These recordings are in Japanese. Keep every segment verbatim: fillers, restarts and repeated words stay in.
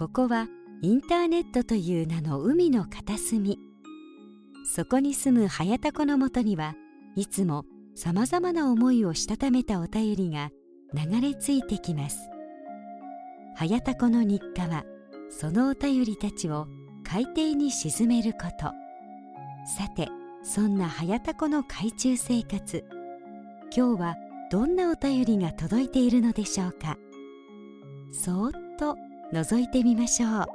ここはインターネットという名の海の片隅。そこに住むはやたこのもとにはいつもさまざまな思いをしたためたお便りが流れ着いてきます。はやたこの日課はそのお便りたちを海底に沈めること。さて、そんなはやたこの海中生活、今日はどんなお便りが届いているのでしょうか。そーっと覗いてみましょう。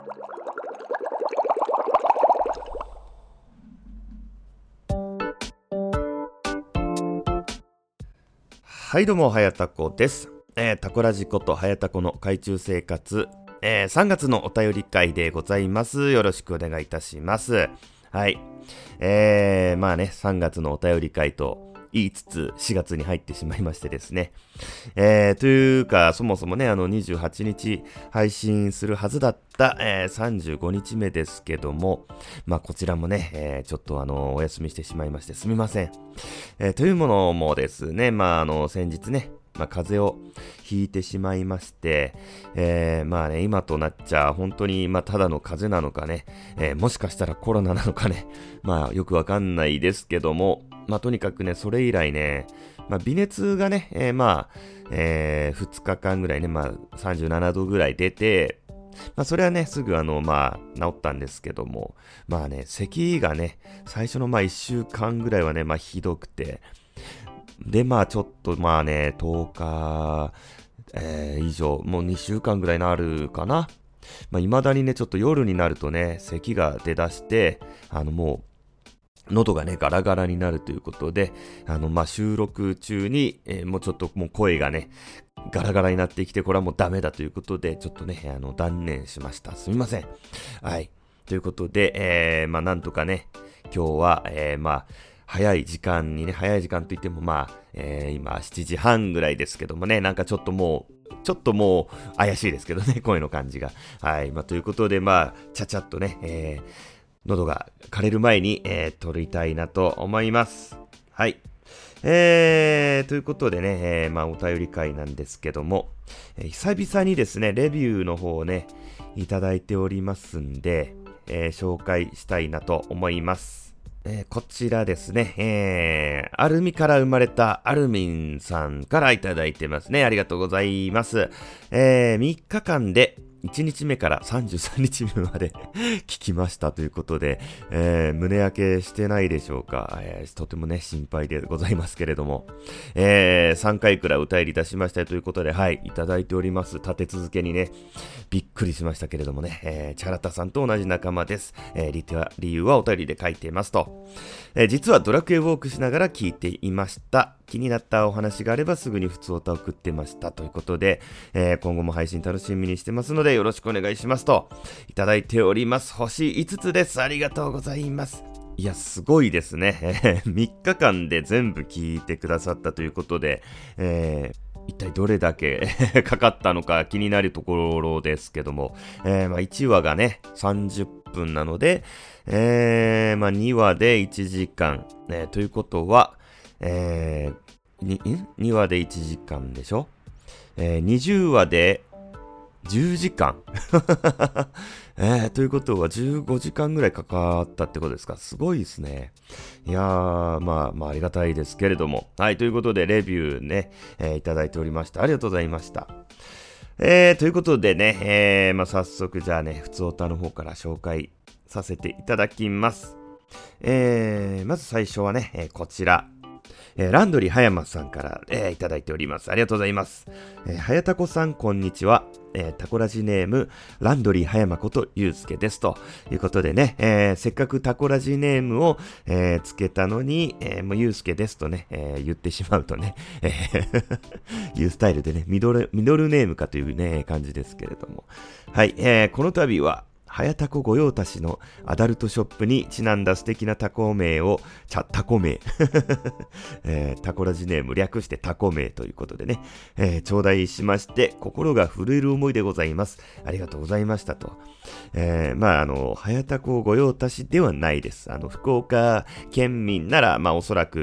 はい、どうもはやたこです。えー、タコラジことはやたこの海中生活、えー、さんがつのお便り会でございます。よろしくお願いいたします。はい。えー、まあね、さんがつのお便り会と言いつつしがつに入ってしまいましてですね。えー、というか、そもそもね、あのにじゅうはちにち配信するはずだった、えー、さんじゅうごにちめですけども、まあこちらもね、えー、ちょっとあの、お休みしてしまいましてすみません。えー、というものもですね、まああの、先日ね、まあ、風邪をひいてしまいまして、えー、まあね、今となっちゃ本当に、まあ、ただの風邪なのかね、えー、もしかしたらコロナなのかね、まあ、よくわかんないですけども、まあ、とにかくね、それ以来ね、まあ、微熱がね、えー、まあ、えー、ふつかかんぐらいね、まあ、さんじゅうななどぐらい出て、まあ、それはね、すぐあの、まあ、治ったんですけども、まあね、咳がね、最初のまあ、いっしゅうかんぐらいはね、まあ、ひどくて、で、まあちょっとまあね、とおか、えー、以上、もうにしゅうかんぐらいなるかな。まあ未だにね、ちょっと夜になるとね、咳が出だして、あのもう、喉がね、ガラガラになるということで、あのまあ収録中に、えー、もうちょっともう声がね、ガラガラになってきて、これはもうダメだということで、ちょっとね、あの断念しました。すみません。はい。ということで、えー、まあなんとかね、今日は、えー、まあ、早い時間にね、早い時間といってもまあ、えー、今しちじはんぐらいですけどもね、なんかちょっともう、ちょっともう怪しいですけどね、声の感じが。はい、まあということでまあ、ちゃちゃっとね、えー、喉が枯れる前に、えー、撮りたいなと思います。はい。えー、ということでね、えー、まあお便り会なんですけども、えー、久々にですね、レビューの方をね、いただいておりますんで、えー、紹介したいなと思います。えー、こちらですね、えー、アルミから生まれたアルミンさんからいただいてますね。ありがとうございます。えー、みっかかんでいちにちめからさんじゅうさんにちめまで聞きましたということで、えー、胸焼けしてないでしょうか、えー、とてもね心配でございますけれども、えー、さんかいくらい歌いり出しましたということで、はいいただいております。立て続けにねびっくりしましたけれどもね、えー、チャラタさんと同じ仲間です。えー、理由はお便りで書いていますと、えー、実はドラクエウォークしながら聞いていました。気になったお話があればすぐに普通歌を送ってましたということで、えー、今後も配信楽しみにしてますのでよろしくお願いしますといただいております。星いつつです。ありがとうございます。いやすごいですね、えー、みっかかんで全部聞いてくださったということで、えー、一体どれだけかかったのか気になるところですけども、えーまあ、いちわがねさんじゅっぷんなので、えーまあ、にわでいちじかん、えー、ということはえー、に、にわでいちじかんでしょ、えー、にじゅうわでじゅうじかん、えー、ということはじゅうごじかんぐらいかかったってことですか。すごいですね。いやー、まあ、まあありがたいですけれども。はい、ということでレビューね、えー、いただいておりました。ありがとうございました。えー、ということでね、えー、まあ早速じゃあね、ふつおたの方から紹介させていただきます。えー、まず最初はね、えー、こちら。えー、ランドリー葉山さんから、えー、いただいております。ありがとうございます。えー、はやたこさんこんにちは。えー、タコラジネームランドリー葉山ことゆうすけですということでね、えー、せっかくタコラジネームを、えー、つけたのに、えー、もうゆうすけですとね、えー、言ってしまうとね、えー、いうスタイルでね、ミドルミドルネームかというね感じですけれども、はい、えー、この度ははやたこ御用達のアダルトショップにちなんだ素敵なタコ名を、ちゃ、タコ名、えー、タコラジネーム略してタコ名ということでね、えー、頂戴しまして、心が震える思いでございます。ありがとうございましたと。えー、まあ、あの、はやたこ御用達ではないです。あの、福岡県民なら、まあ、おそらく、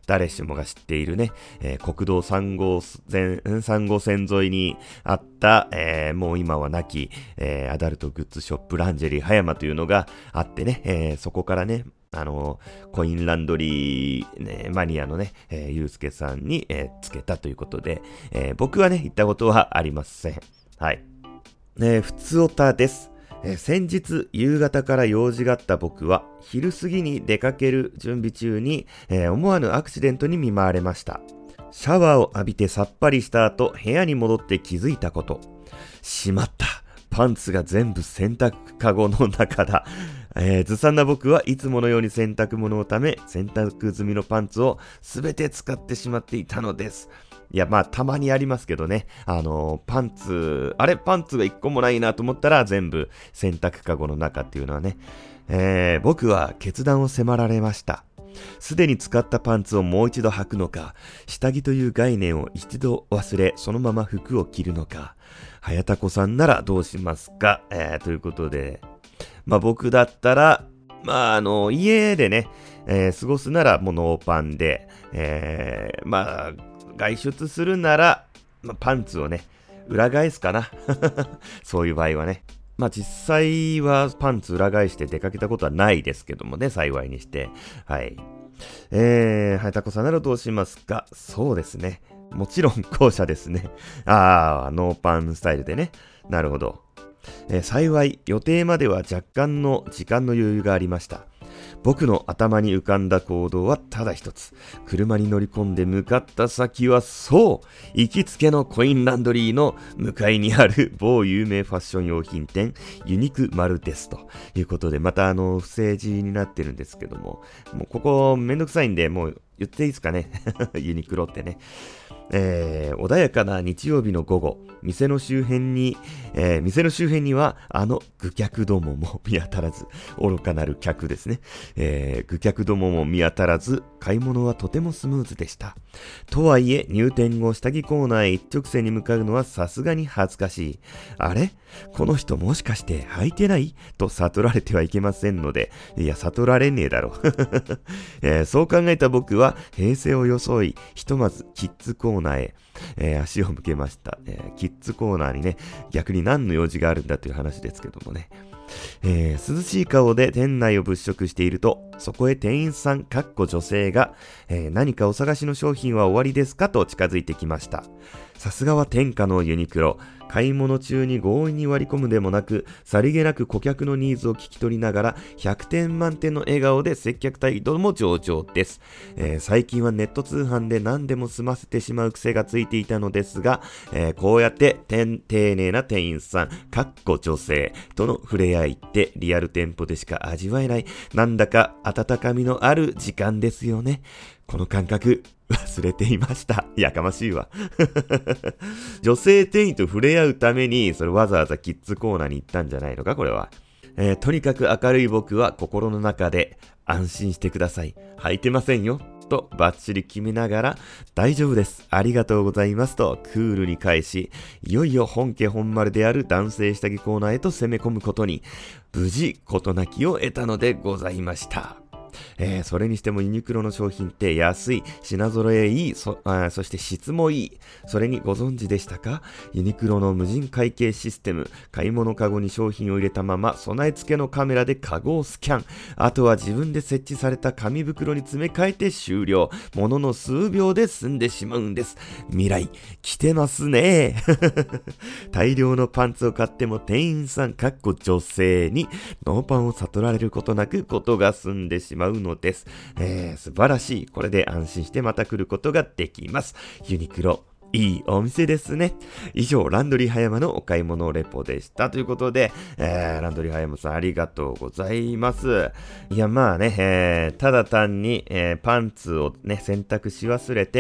誰しもが知っているね、えー、国道さん号線、さん号線沿いにあった、えー、もう今はなき、えー、アダルトグッズショップランジェリー葉山というのがあってね、えー、そこからね、あのー、コインランドリー、ね、マニアのね、えー、ゆうすけさんに、えー、つけたということで、えー、僕はね、行ったことはありません。はい。えー、ふつおたです。えー、先日夕方から用事があった僕は昼過ぎに出かける準備中に、えー、思わぬアクシデントに見舞われました。シャワーを浴びてさっぱりした後部屋に戻って気づいたこと。しまった。パンツが全部洗濯かごの中だ。えー、ずさんな僕はいつものように洗濯物をため洗濯済みのパンツをすべて使ってしまっていたのです。いや、まあ、たまにありますけどね。あのー、パンツ、あれパンツが一個もないなと思ったら全部洗濯かごの中っていうのはね。えー、僕は決断を迫られました。すでに使ったパンツをもう一度履くのか、下着という概念を一度忘れ、そのまま服を着るのか。はやたこさんならどうしますか、えー、ということで。まあ、僕だったら、まあ、あの、家でね、えー、過ごすならもうノーパンで、えー、まあ、外出するなら、まあ、パンツをね、裏返すかな。そういう場合はね。まあ実際はパンツ裏返して出かけたことはないですけどもね、幸いにして。はい。えー、はやたこさんならどうしますか？そうですね。もちろん後者ですね。あー、ノーパンスタイルでね。なるほど。えー、幸い予定までは若干の時間の余裕がありました。僕の頭に浮かんだ行動はただ一つ。車に乗り込んで向かった先はそう行きつけのコインランドリーの向かいにある某有名ファッション用品店ユニクマルですということで、またあの不正字になってるんですけども、もうここめんどくさいんでもう言っていいですかね。ユニクロってね。えー、穏やかな日曜日の午後、店の周辺に、えー、店の周辺にはあの愚客どもも見当たらず、愚かなる客ですね、えー、愚客どもも見当たらず、買い物はとてもスムーズでした。とはいえ入店後下着コーナーへ一直線に向かうのはさすがに恥ずかしい。あれ？この人もしかして履いてない？と悟られてはいけませんので、いや悟られねえだろ、えー、そう考えた僕は平成を装い、ひとまずキッズコーナーコーナーへ、えー、足を向けました、えー、キッズコーナーにね、逆に何の用事があるんだという話ですけどもね、えー、涼しい顔で店内を物色していると、そこへ店員さんかっこ女性が、えー、何かお探しの商品は終わりですかと近づいてきました。さすがは天下のユニクロ。買い物中に強引に割り込むでもなく、さりげなく顧客のニーズを聞き取りながらひゃくてん満点の笑顔で接客態度も上々です、えー、最近はネット通販で何でも済ませてしまう癖がついていたのですが、えー、こうやって丁寧な店員さんかっこ女性との触れ合いってリアル店舗でしか味わえない、なんだか温かみのある時間ですよね。この感覚忘れていました。やかましいわ。女性店員と触れ合うためにそれわざわざキッズコーナーに行ったんじゃないのかこれは、えー、とにかく明るい僕は心の中で安心してください、履いてませんよとバッチリ決めながら、大丈夫です、ありがとうございますとクールに返し、いよいよ本家本丸である男性下着コーナーへと攻め込むことに無事事なきを得たのでございました。えー、それにしてもユニクロの商品って安い、品揃えいい、 そ, あそして質もいい。それにご存知でしたか？ユニクロの無人会計システム、買い物カゴに商品を入れたまま備え付けのカメラでカゴをスキャン、あとは自分で設置された紙袋に詰め替えて終了。ものの数秒で済んでしまうんです。未来来てますね。大量のパンツを買っても店員さんかっこ女性にノーパンを悟られることなくことが済んでしまうのです、えー、素晴らしい。これで安心してまた来ることができます。ユニクロいいお店ですね。以上ランドリー葉山のお買い物レポでしたということで、えー、ランドリー葉山さんありがとうございます。いやまあね、えー、ただ単に、えー、パンツをね洗濯し忘れて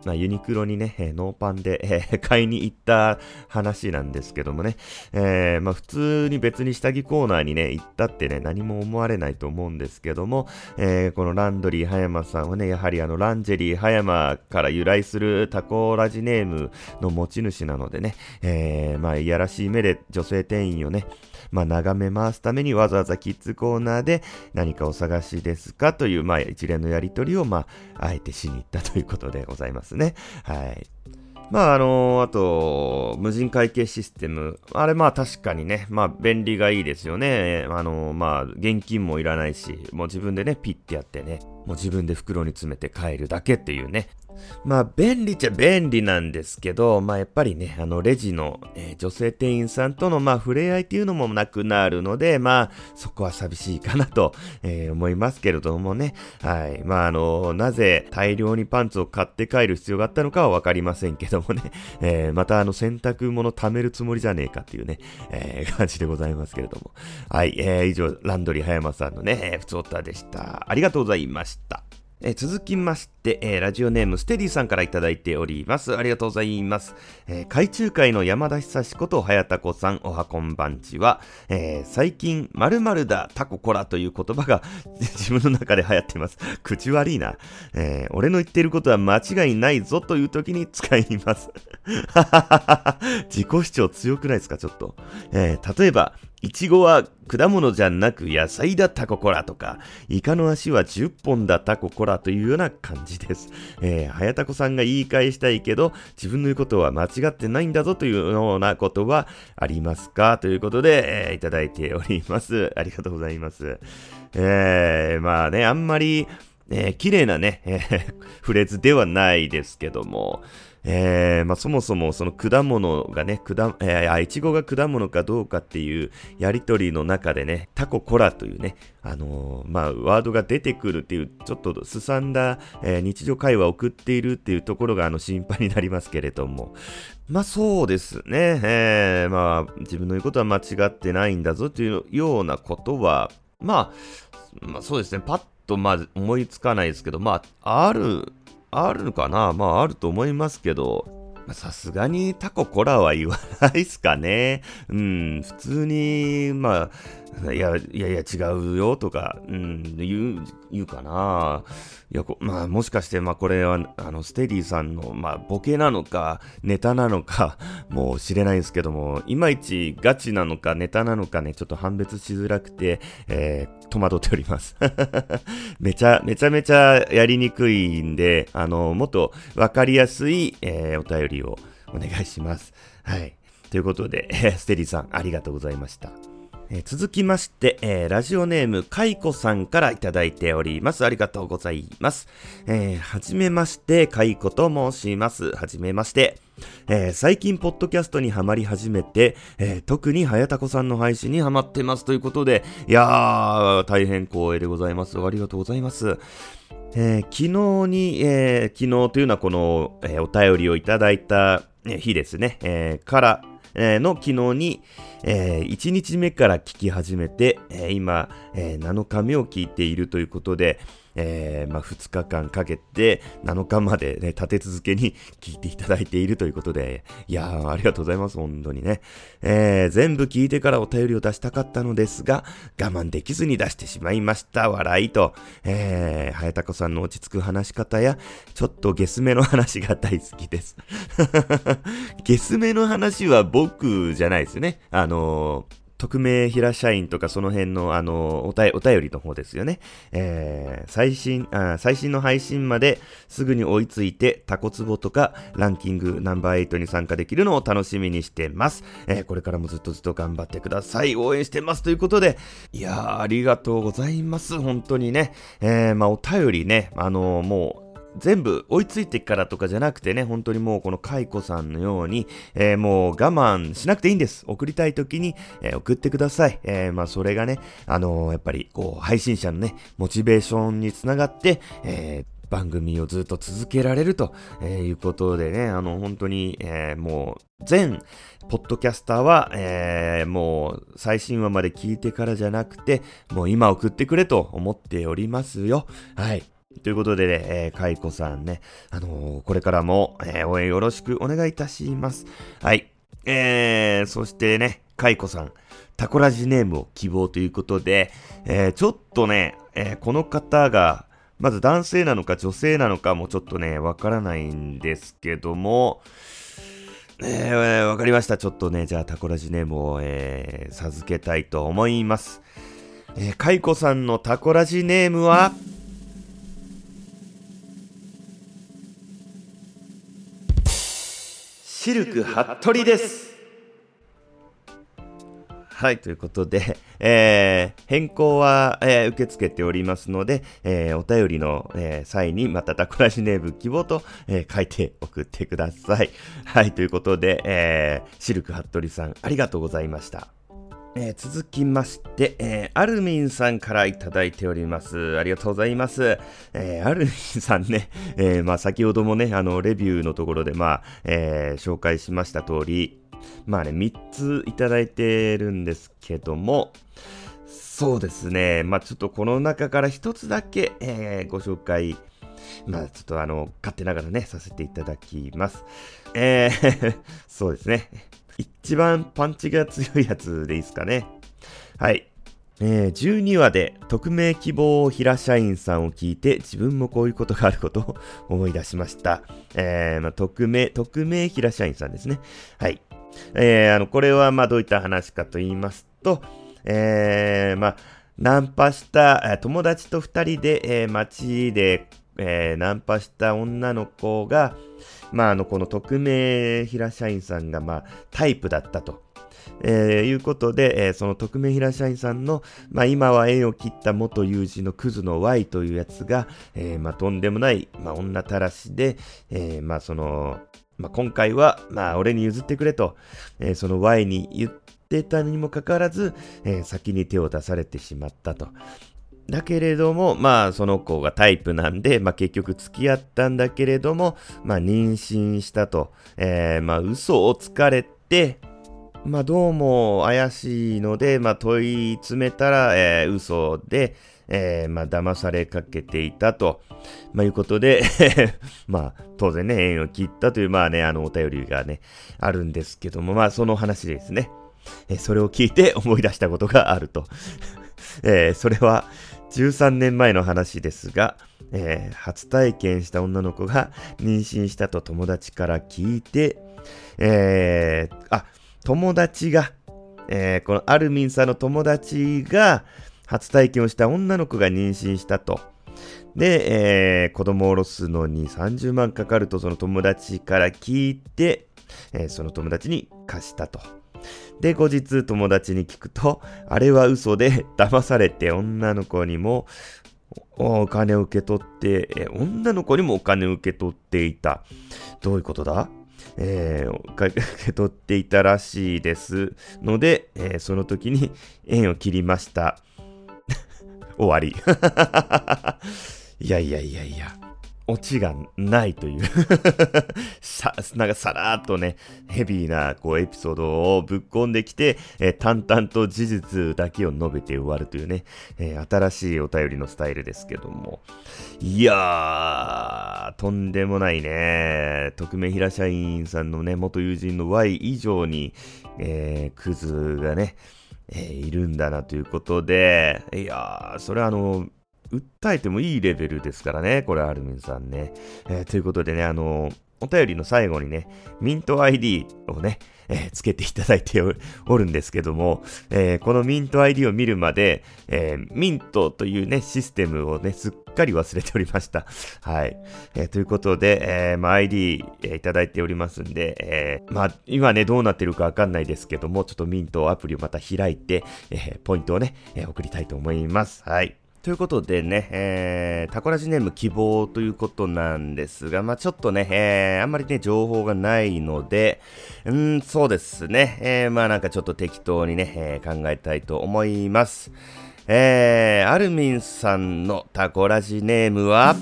まあ、ユニクロにね、えー、ノーパンで、えー、買いに行った話なんですけどもね、えー、まあ普通に別に下着コーナーにね、行ったってね、何も思われないと思うんですけども、えー、このランドリー葉山さんはね、やはりあのランジェリー葉山から由来するタコラジネームの持ち主なのでね、えー、まあいやらしい目で女性店員をね、まあ眺め回すためにわざわざキッズコーナーで何かお探しですかという、まあ一連のやりとりを、まああえてしに行ったということでございますね。はい。まああのー、あと、無人会計システム。あれまあ確かにね、まあ便利がいいですよね。あのー、まあ現金もいらないし、もう自分でね、ピッてやってね、もう自分で袋に詰めて帰るだけっていうね。まあ便利っちゃ便利なんですけど、まあやっぱりね、あのレジの、えー、女性店員さんとのまあ触れ合いっていうのもなくなるので、まあそこは寂しいかなと、えー、思いますけれどもね。はい。まああの、なぜ大量にパンツを買って帰る必要があったのかはわかりませんけどもね。えー、またあの洗濯物貯めるつもりじゃねえかっていうね、えー、感じでございますけれども。はい。えー、以上、ランドリー葉山さんのね、えー、ふつおたでした。ありがとうございました。えー、続きまして、えー、ラジオネームステディさんからいただいております。ありがとうございます。えー、海中会の山田久志こと早田子さん、おはこんばんちは、えー、最近〇〇だタココラという言葉が自分の中で流行っています。口悪いな。えー、俺の言っていることは間違いないぞという時に使います。自己主張強くないですかちょっと。えー、例えば、いちごは果物じゃなく野菜だタココラとか、イカの足はじゅっぽんだタココラというような感じです。えー、早田子さんが言い返したいけど、自分の言うことは間違ってないんだぞというようなことはありますかということで、えー、いただいております。ありがとうございます。えー、まあね、あんまり、えー、綺麗なね、えー、フレーズではないですけども、えー、まあそもそもその果物がね、果、えー、いちごが果物かどうかっていうやりとりの中でね、タココラというね、あのー、まあワードが出てくるっていう、ちょっとすさんだ、えー、日常会話を送っているっていうところがあの心配になりますけれども、まあそうですね、えー、まあ自分の言うことは間違ってないんだぞというようなことは、まあ、まあそうですね、パッとまあ思いつかないですけど、まあある、あるのかなまああると思いますけど、さすがにタココラは言わないっすかね。うん、普通に、まあ、いや、いやいや違うよとか、うん、言う、言うかな。いや、まあもしかして、まあこれは、あの、ステディさんの、まあボケなのか、ネタなのか、もう知れないですけども、いまいちガチなのか、ネタなのかね、ちょっと判別しづらくて、えー、戸惑っております。めちゃ、めちゃめちゃやりにくいんで、あの、もっとわかりやすい、えー、お便りをお願いします。はい。ということで、ステディさん、ありがとうございました。えー、続きまして、えー、ラジオネームかいこさんからいただいております。ありがとうございます。えー、はじめまして、かいこと申します。はじめまして。えー、最近ポッドキャストにハマり始めて、えー、特に早田子さんの配信にハマってますということで、いやー、大変光栄でございます。ありがとうございます。えー、昨日に、えー、昨日というのはこの、えー、お便りをいただいた日ですね、えー、から、えー、の昨日に、えー、いちにちめから聞き始めて、えー、今、えー、なのかめを聞いているということで、えー、まあふつかかんかけてなのかまでね、立て続けに聞いていただいているということで、いやー、ありがとうございます、本当にね。えー、全部聞いてからお便りを出したかったのですが、我慢できずに出してしまいました。笑いと、えー、早田子さんの落ち着く話し方や、ちょっとゲスめの話が大好きです。ゲスめの話は僕じゃないですよね。あのー、匿名平社員とかその辺のあのおたお便りの方ですよね。えー、最新あ最新の配信まですぐに追いついてタコツボとかランキングナンバーエイトに参加できるのを楽しみにしてます。えー、これからもずっとずっと頑張ってください。応援してますということで、いやーありがとうございます。本当にね。えー、まあお便りね、あのー、もう全部追いついてからとかじゃなくてね、本当にもうこのカイコさんのように、えー、もう我慢しなくていいんです。送りたい時に、えー、送ってください。えー、まあそれがね、あのー、やっぱりこう配信者のね、モチベーションにつながって、えー番組をずっと続けられると、えー、いうことでね、あの本当に、えー、もう全ポッドキャスターは、えー、もう最新話まで聞いてからじゃなくて、もう今送ってくれと思っておりますよ。はい。 ということでね、えー、かいこさんね、あのー、これからも、えー、応援よろしくお願いいたします。はい。えー、そしてね、かいこさん、タコラジネームを希望ということで、えー、ちょっとね、えー、この方が、まず男性なのか女性なのかもちょっとね、わからないんですけども、えー、わかりました。ちょっとね、じゃあタコラジネームを、えー、授けたいと思います。えー、かいこさんのタコラジネームは、シルクハットリです。はい、ということで、えー、変更は、えー、受け付けておりますので、えー、お便りの、えー、際にまたタコラジネーム希望と、えー、書いて送ってください。はい、ということで、えー、シルクハットリさんありがとうございました。えー、続きまして、えー、アルミンさんからいただいております。ありがとうございます。えー、アルミンさんね、えー、まあ先ほどもね、あの、レビューのところで、まあ、えー、紹介しました通り、まあね、みっついただいてるんですけども、そうですね、まあちょっとこの中からひとつだけ、えー、ご紹介、まあちょっとあの、勝手ながらね、させていただきます。えー、そうですね。一番パンチが強いやつでいいですかね。はい。えー、じゅうにわで匿名希望平社員さんを聞いて自分もこういうことがあることを思い出しました。えー、まあ、匿名、匿名平社員さんですね。はい。えー、あの、これはまあどういった話かと言いますと、えー、まあ、ナンパした友達と二人で、えー、街で、えー、ナンパした女の子が、まあ、あの、この匿名平社員さんが、まあ、タイプだったと、えー、いうことで、えー、その匿名平社員さんの、まあ、今は縁を切った元友人のクズの Y というやつが、えー、まあ、とんでもない、まあ、女たらしで、えー、まあ、その、まあ、今回は、まあ、俺に譲ってくれと、えー、その Y に言ってたにもかかわらず、えー、先に手を出されてしまったと。だけれども、まあ、その子がタイプなんで、まあ、結局付き合ったんだけれども、まあ、妊娠したと。えー、まあ、嘘をつかれて、まあ、どうも怪しいので、まあ、問い詰めたら、えー、嘘で、えー、まあ、騙されかけていたと、まあ、いうことで、まあ、当然ね、縁を切ったという、まあね、あの、お便りがね、あるんですけども、まあ、その話ですね。えー、それを聞いて思い出したことがあると。えー、それは、じゅうさんねんまえの話ですが、えー、初体験した女の子が妊娠したと友達から聞いて、えー、あ、友達が、えー、このアルミンさんの友達が初体験をした女の子が妊娠したと。で、えー、子供を下ろすのにさんじゅうまんかかるとその友達から聞いて、えー、その友達に貸したと。で、後日友達に聞くと、あれは嘘で騙されて女の子にもお金を受け取って、え女の子にもお金を受け取っていた。どういうことだ？えー、受け取っていたらしいですので、えー、その時に縁を切りました。終わり。いやいやいやいや。オチがないというさ、なんかさらーっとね、ヘビーなこうエピソードをぶっ込んできて、えー、淡々と事実だけを述べて終わるというね、えー、新しいお便りのスタイルですけども。いやー、とんでもないね。匿名平社員さんのね、元友人の Y 以上に、えー、クズがね、えー、いるんだなということで、いやー、それはあの、訴えてもいいレベルですからね、これアルミンさんね。えー、ということでね、あのー、お便りの最後にね、ミント アイディー をね、えー、つけていただいておるんですけども、えー、このミント アイディー を見るまで、えー、ミントというね、システムをね、すっかり忘れておりました。はい。えー、ということで、えー、まあ、アイディー、えー、いただいておりますんで、えー、まあ、今ね、どうなってるかわかんないですけども、ちょっとミントアプリをまた開いて、えー、ポイントをね、えー、送りたいと思います。はい。ということでね、えー、タコラジネーム希望ということなんですが、まあちょっとね、えー、あんまりね、情報がないので、うん、そうですね、えー、まあなんかちょっと適当にね、えー、考えたいと思います。えー、アルミンさんのタコラジネームは、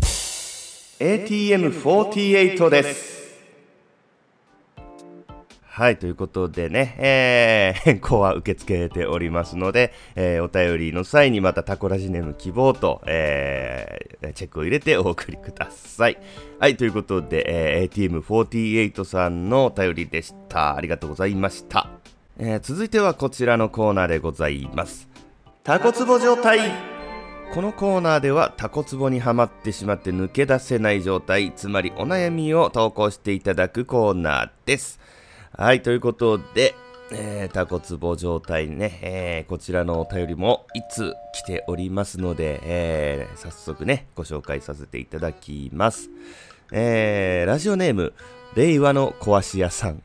エーティーエムフォーティーエイト です。 はい、ということでね、えー、変更は受け付けておりますので、えー、お便りの際にまたタコラジネーム希望と、えー、チェックを入れてお送りください。はい、ということで、えー、エーティーエムフォーティーエイト さんのお便りでした。ありがとうございました。えー、続いてはこちらのコーナーでございます。タコツボ状態。このコーナーではタコツボにはまってしまって抜け出せない状態、つまりお悩みを投稿していただくコーナーです。はい、ということで、えー、タコツボ状態ね、えー、こちらのお便りもいつ来ておりますので、えー、早速ね、ご紹介させていただきます。えー、ラジオネーム、令和の壊し屋さん、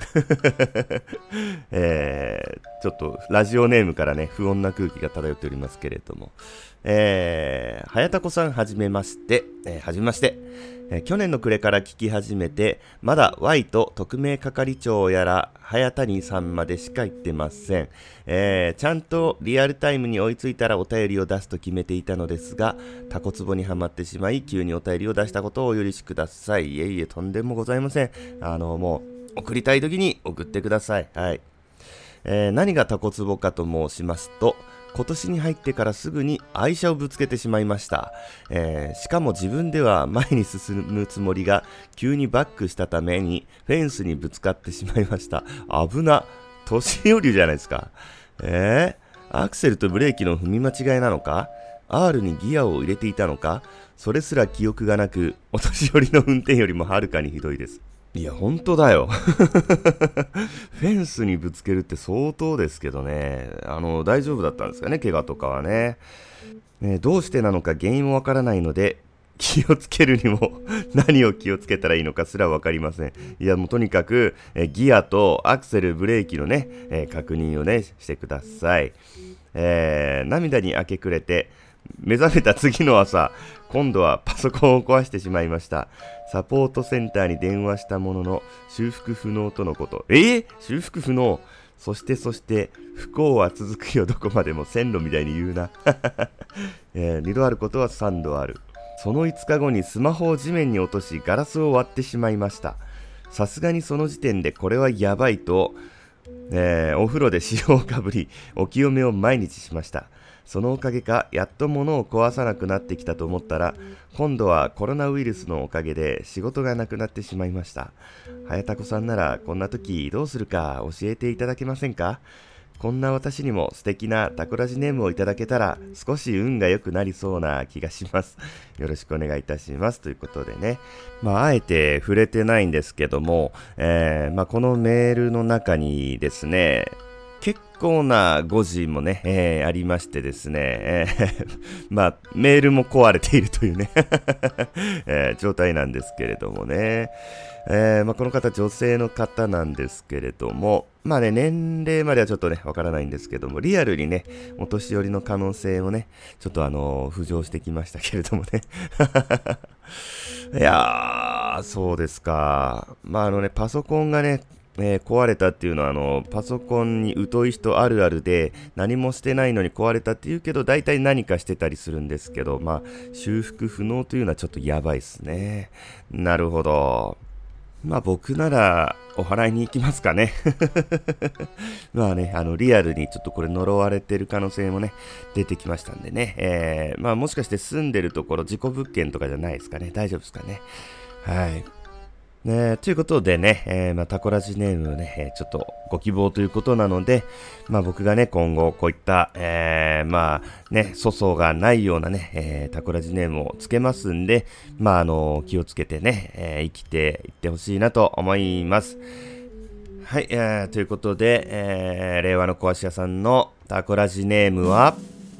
えー、ちょっとラジオネームからね、不穏な空気が漂っておりますけれども、えー、はやたこさんはじめまして、えー、はじめまして、えー、去年の暮れから聞き始めて、まだ Y と特命係長やら早谷さんまでしか言ってません。えー、ちゃんとリアルタイムに追いついたらお便りを出すと決めていたのですが、タコツボにはまってしまい急にお便りを出したことをお許しください。いえいえ、とんでもございません。あのもう送りたい時に送ってください。はい。えー、何がタコツボかと申しますと、今年に入ってからすぐに愛車をぶつけてしまいました。えー、しかも自分では前に進むつもりが急にバックしたためにフェンスにぶつかってしまいました。危な。年寄りじゃないですか。えー、アクセルとブレーキの踏み間違いなのか？ R にギアを入れていたのか？それすら記憶がなく、お年寄りの運転よりもはるかにひどいです。いや、本当だよ。フェンスにぶつけるって相当ですけどね。あの、大丈夫だったんですかね、怪我とかはね。ね、どうしてなのか原因もわからないので、気をつけるにも何を気をつけたらいいのかすらわかりません。いや、もうとにかく、えギアとアクセル、ブレーキのね、え確認をね、してください。えー、涙に明け暮れて、目覚めた次の朝、今度はパソコンを壊してしまいました。サポートセンターに電話したものの修復不能とのこと。えー、修復不能。そしてそして不幸は続くよ、どこまでも線路みたいに言うな、えー、にどあることはさんどある。そのいつかごにスマホを地面に落としガラスを割ってしまいました。さすがにその時点でこれはやばいと、えー、お風呂で塩をかぶりお清めを毎日しました。そのおかげかやっと物を壊さなくなってきたと思ったら、今度はコロナウイルスのおかげで仕事がなくなってしまいました。はやたこさんならこんな時どうするか教えていただけませんか？こんな私にも素敵なタコラジネームをいただけたら少し運が良くなりそうな気がします。よろしくお願いいたします。ということでね、まああえて触れてないんですけども、えーまあ、このメールの中にですね、結構な誤字もね、えー、ありましてですね、えー、まあメールも壊れているというね、えー、状態なんですけれどもね、えーまあ、この方女性の方なんですけれども、まあね、年齢まではちょっとねわからないんですけども、リアルにねお年寄りの可能性をねちょっとあの浮上してきましたけれどもねいやー、そうですか。まああのね、パソコンがねえー、壊れたっていうのはあのパソコンに疎い人あるあるで、何もしてないのに壊れたっていうけど大体何かしてたりするんですけど、まあ修復不能というのはちょっとやばいですね。なるほど。まあ僕ならお祓いに行きますかねまあね、あのリアルにちょっとこれ呪われてる可能性もね出てきましたんでね、えー、まあもしかして住んでるところ事故物件とかじゃないですかね。大丈夫ですかね。はい。ね、ということでね、えーまあ、タコラジネームをね、えー、ちょっとご希望ということなので、まあ、僕がね今後こういった、えー、まあね粗相がないようなね、えー、タコラジネームをつけますんで、まああの気をつけてね、えー、生きていってほしいなと思います。はい、えー、ということで、えー、令和の壊し屋さんのタコラジネームは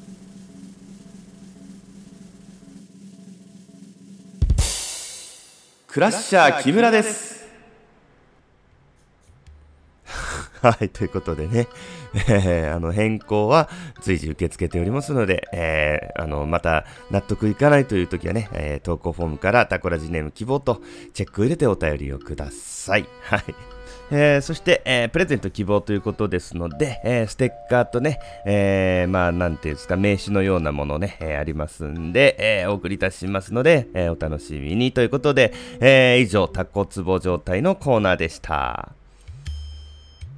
クラッシャー木村です。はい、ということでね、えー、あの変更は随時受け付けておりますので、えー、あのまた納得いかないという時はね、えー、投稿フォームからタコラジネーム希望とチェックを入れてお便りをください。はい。えー、そして、えー、プレゼント希望ということですので、えー、ステッカーとね、えー、まあなんていうんですか、名刺のようなものね、えー、ありますんで、えー、お送りいたしますので、えー、お楽しみにということで、えー、以上タコツボ状態のコーナーでした。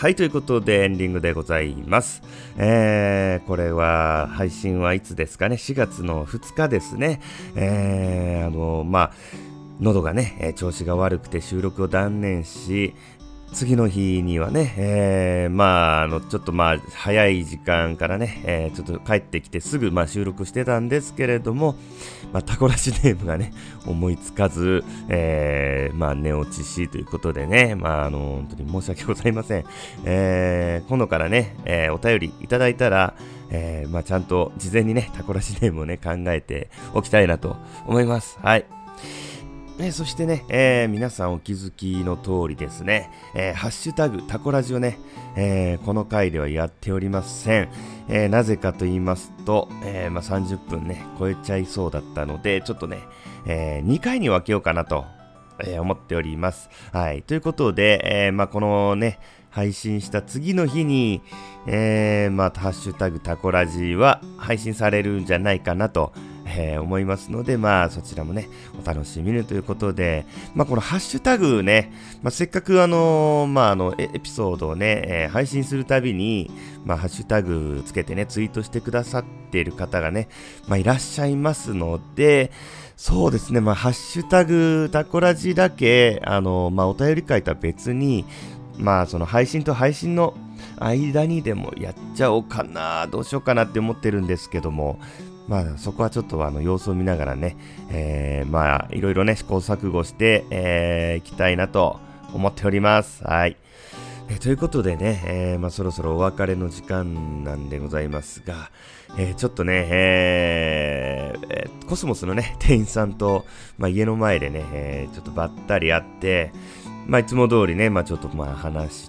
はい、ということでエンディングでございます。えー、これは配信はいつですかね。しがつのふつかですね。えー、あのまあ喉がね調子が悪くて収録を断念し、次の日にはね、えー、まあ、あの、ちょっとまあ、早い時間からね、えー、ちょっと帰ってきてすぐ、まあ、収録してたんですけれども、まあ、タコラジネームがね、思いつかず、えー、まあ、寝落ちしということでね、まあ、あの、本当に申し訳ございません。えー、今度からね、えー、お便りいただいたら、えー、まあ、ちゃんと事前にね、タコラジネームをね、考えておきたいなと思います。はい。えー、そしてね、えー、皆さんお気づきの通りですね、えー、ハッシュタグタコラジをね、えー、この回ではやっておりません。えー、なぜかと言いますと、えーまあ、さんじゅっぷんね超えちゃいそうだったので、ちょっとね、えー、にかいに分けようかなと、えー、思っております。はい、ということで、えーまあ、このね配信した次の日に、えーまあ、ハッシュタグタコラジは配信されるんじゃないかなとえー、思いますので、まあそちらもねお楽しみにということで、まあこのハッシュタグね、まあ、せっかくあのー、まああのエピソードをね、えー、配信するたびにまあハッシュタグつけてねツイートしてくださっている方がね、まあいらっしゃいますので、そうですね、まあハッシュタグタコラジだけあのー、まあお便り会とは別に、まあその配信と配信の間にでもやっちゃおうかな、どうしようかなって思ってるんですけども、まあそこはちょっとあの様子を見ながらね、えー、まあいろいろね試行錯誤してい、えー、きたいなと思っております。はい。えー、ということでね、えー、まあそろそろお別れの時間なんでございますが、えー、ちょっとね、えーえー、コスモスのね店員さんと、まあ、家の前でね、えー、ちょっとばったり会って、まあいつも通りね、まあちょっとまあ話して、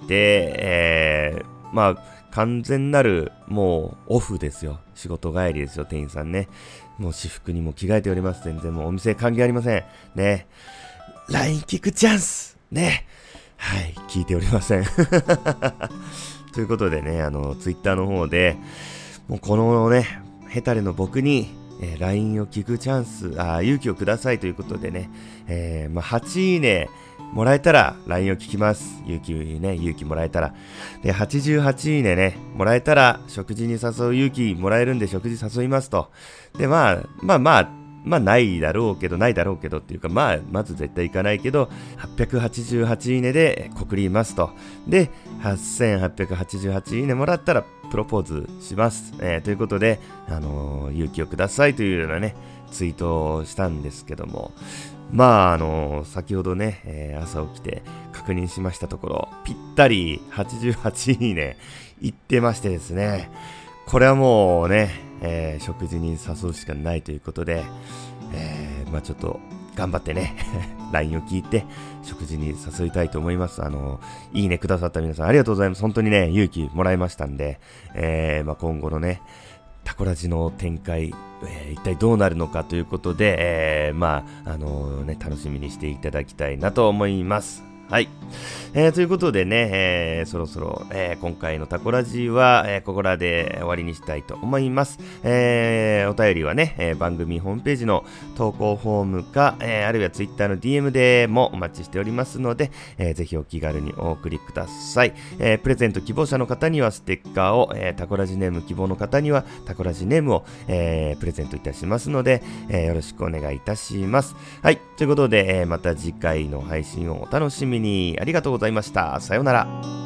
えー、まあ完全なるもうオフですよ。仕事帰りですよ、店員さんね。もう私服にも着替えております。全然もうお店関係ありません。ね。ライン 聞くチャンスね。はい、聞いておりません。ということでね、あの、ツイッターの方で、もうこのね、ヘタレの僕に、えー、ライン を聞くチャンス、あ、勇気をくださいということでね、えー、まあ、はちいいね、もらえたら ライン を聞きます。勇気ね、勇気もらえたら。で、はちじゅうはちいいねね、もらえたら食事に誘う勇気もらえるんで食事誘いますと。で、まあ、まあまあ、まあないだろうけど、ないだろうけどっていうか、まあ、まず絶対行かないけど、はっぴゃくはちじゅうはちいいねで告りますと。で、はっせんはっぴゃくはちじゅうはちいいねもらったらプロポーズします。えー、ということで、あのー、勇気をくださいというようなね、ツイートをしたんですけども、まああのー、先ほどね、えー、朝起きて確認しましたところ、ぴったりはちじゅうはちいいね行ってましてですね、これはもうね、えー、食事に誘うしかないということで、えー、まあちょっと頑張ってねライン を聞いて食事に誘いたいと思います。あのー、いいねくださった皆さんありがとうございます。本当にね勇気もらいましたんで、えー、まあ今後のねタコラジの展開、えー、一体どうなるのかということで、えー、まああのー、ね楽しみにしていただきたいなと思います。はい、えー、ということでね、えー、そろそろ、えー、今回のタコラジは、えー、ここらで終わりにしたいと思います。えー、お便りはね、えー、番組ホームページの投稿フォームか、えー、あるいはツイッターの ディーエム でもお待ちしておりますので、えー、ぜひお気軽にお送りください。えー、プレゼント希望者の方にはステッカーを、えー、タコラジネーム希望の方にはタコラジネームを、えー、プレゼントいたしますので、えー、よろしくお願いいたします。はい、ということで、えー、また次回の配信をお楽しみに。ありがとうございました。さようなら。